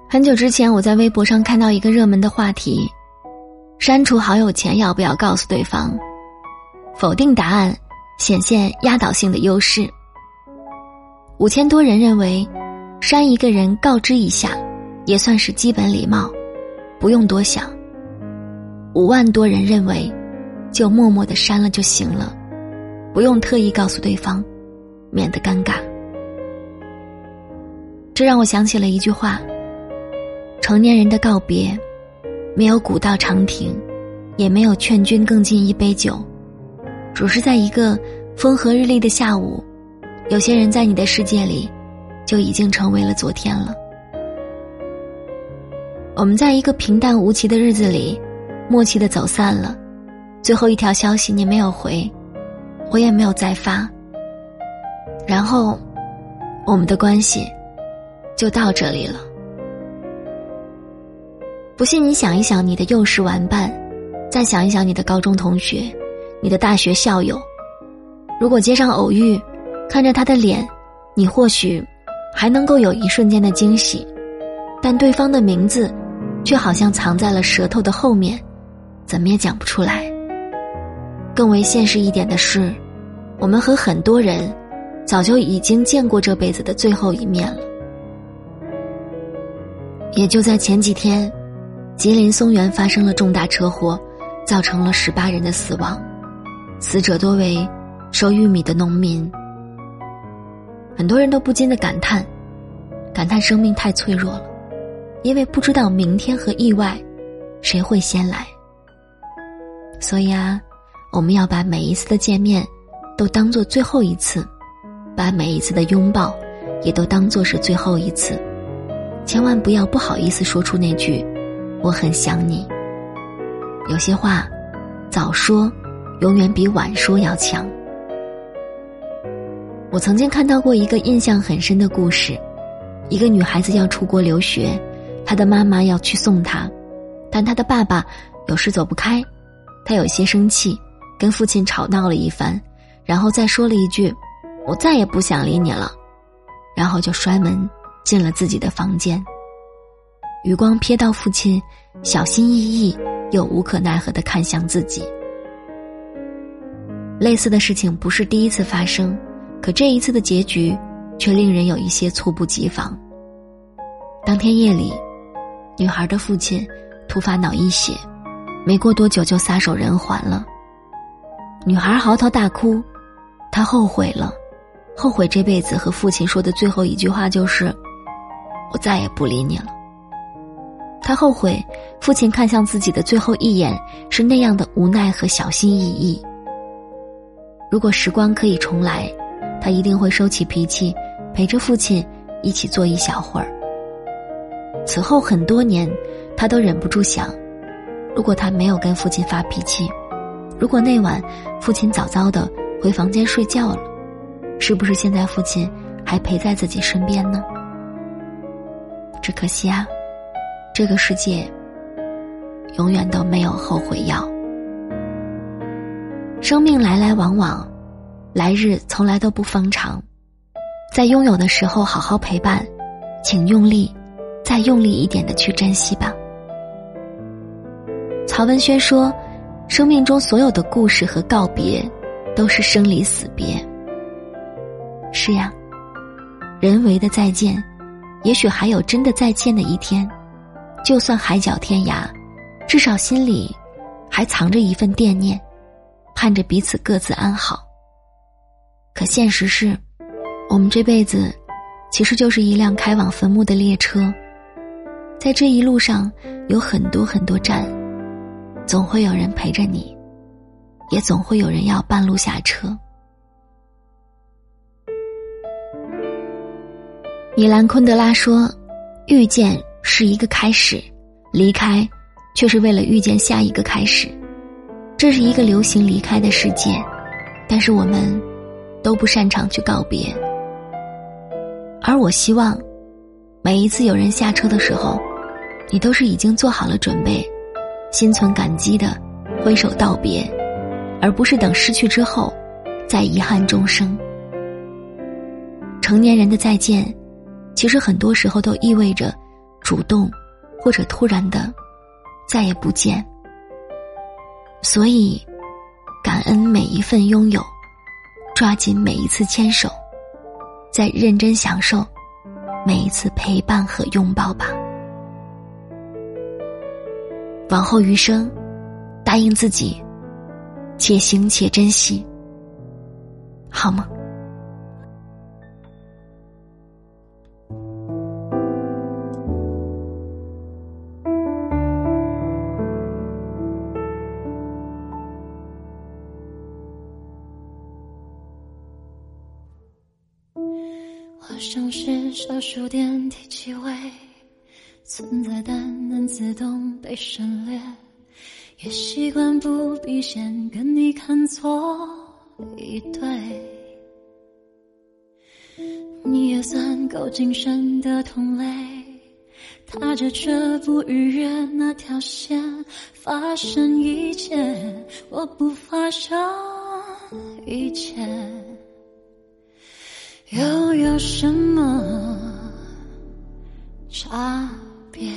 很久之前我在微博上看到一个热门的话题，删除好友前要不要告诉对方？否定答案显现压倒性的优势。5000多人认为删一个人告知一下也算是基本礼貌，不用多想。5万多人认为就默默地删了就行了，不用特意告诉对方，免得尴尬。这让我想起了一句话，成年人的告别，没有古道长亭，也没有劝君更尽一杯酒，只是在一个风和日丽的下午，有些人在你的世界里就已经成为了昨天了。我们在一个平淡无奇的日子里默契地走散了，最后一条消息你没有回，我也没有再发，然后我们的关系就到这里了。不信你想一想你的幼时玩伴，再想一想你的高中同学，你的大学校友，如果街上偶遇，看着他的脸，你或许还能够有一瞬间的惊喜，但对方的名字却好像藏在了舌头的后面，怎么也讲不出来。更为现实一点的是，我们和很多人早就已经见过这辈子的最后一面了。也就在前几天，吉林松原发生了重大车祸，造成了18人的死亡，死者多为收玉米的农民。很多人都不禁地感叹生命太脆弱了，因为不知道明天和意外谁会先来。所以我们要把每一次的见面都当作最后一次，把每一次的拥抱也都当作是最后一次，千万不要不好意思说出那句我很想你。有些话早说永远比晚说要强。我曾经看到过一个印象很深的故事，一个女孩子要出国留学，她的妈妈要去送她，但她的爸爸有事走不开，她有些生气，跟父亲吵闹了一番，然后再说了一句我再也不想理你了，然后就摔门进了自己的房间。余光瞥到父亲小心翼翼又无可奈何地看向自己。类似的事情不是第一次发生，可这一次的结局却令人有一些猝不及防。当天夜里，女孩的父亲突发脑溢血，没过多久就撒手人寰了。女孩嚎啕大哭，她后悔了，后悔这辈子和父亲说的最后一句话就是我再也不理你了。她后悔父亲看向自己的最后一眼是那样的无奈和小心翼翼。如果时光可以重来，她一定会收起脾气，陪着父亲一起坐一小会儿。此后很多年，她都忍不住想，如果她没有跟父亲发脾气，如果那晚父亲早早的回房间睡觉了，是不是现在父亲还陪在自己身边呢？只可惜这个世界永远都没有后悔药。生命来来往往，来日从来都不方长，在拥有的时候好好陪伴，请用力，再用力一点的去珍惜吧。曹文轩说，生命中所有的故事和告别都是生离死别。是呀，人为的再见，也许还有真的再见的一天，就算海角天涯，至少心里还藏着一份惦念，盼着彼此各自安好。可现实是，我们这辈子其实就是一辆开往坟墓的列车，在这一路上有很多很多站，总会有人陪着你，也总会有人要半路下车。米兰昆德拉说，遇见是一个开始，离开却是为了遇见下一个开始。这是一个流行离开的世界，但是我们都不擅长去告别。而我希望每一次有人下车的时候，你都是已经做好了准备，心存感激的挥手道别，而不是等失去之后再遗憾终生。成年人的再见，其实很多时候都意味着主动或者突然的再也不见。所以感恩每一份拥有，抓紧每一次牵手，再认真享受每一次陪伴和拥抱吧。往后余生，答应自己，且行且珍惜，好吗？ 我像是小数点提起位，存在但能自动被省略，也习惯不必先跟你看错一对。你也算够谨慎的同类，踏着这不逾越那条线，发生一切我不发生一切，又有什么差别？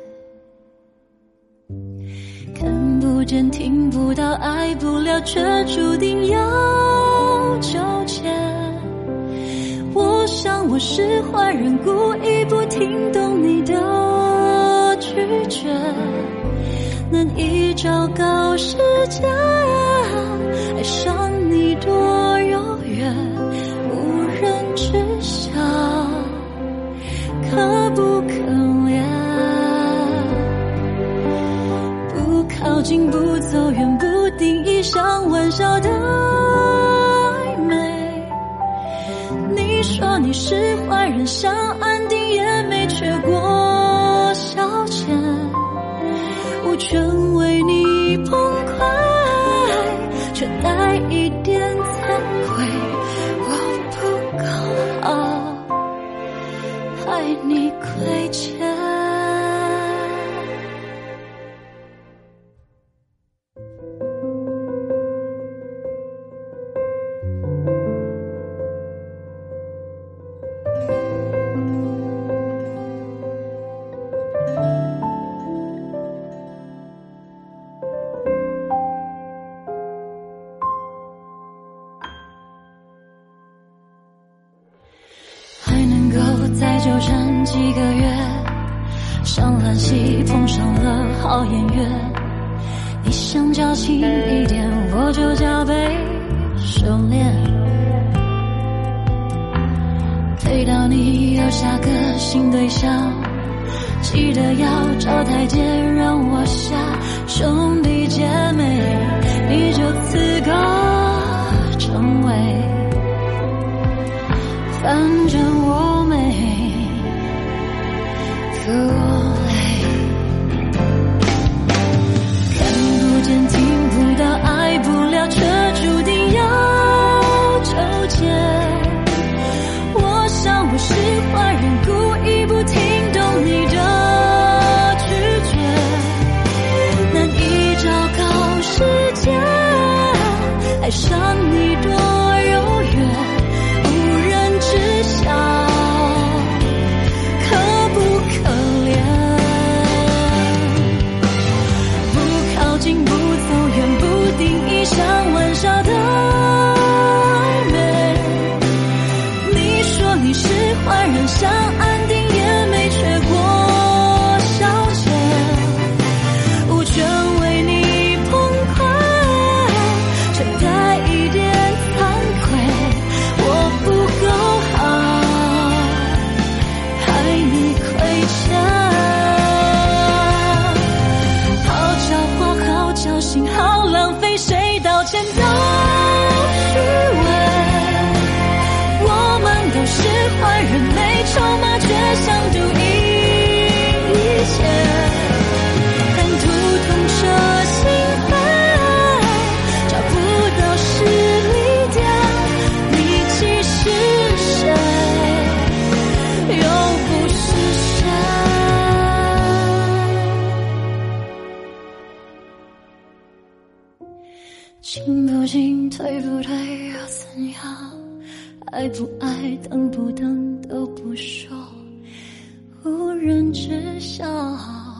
看不见听不到爱不了，却注定要纠结。我想我是坏人，故意不听懂你的拒绝，难以昭告世界爱上你多遥远，无人知晓，可不可怜？不靠近不走远，不定义像玩笑的暧昧。你说你是坏人，想安定也没缺过消遣，无权为你崩溃，却带一点惭愧。我不够好，害你亏欠。再纠缠几个月，上烂戏碰上了好演员，你想矫情一点，我就加倍收敛，推到你有下个新对象，记得要找台阶让我下，兄弟姐妹你就自个成为，反正我没负累，看不见听不到爱不了，却注定要纠结。我想我是坏人，故意不听懂你的拒绝，难以昭告世界爱上你多遥远，无人知晓，可不可怜？不靠近不走远，不定义像玩笑的暧昧。你说你是坏人，想安定也没缺过消遣，无权为你崩溃，却带一点惭愧。我不够好，害你亏欠。好狡猾，好侥幸，好浪费，谁道歉都虚伪。我们都是坏人，没筹码，却想赌赢一切，但图痛彻心扉，找不到实力点，你其实谁，又不是谁。进不进，退不退又怎样？爱不爱，等不等都不说，无人知晓。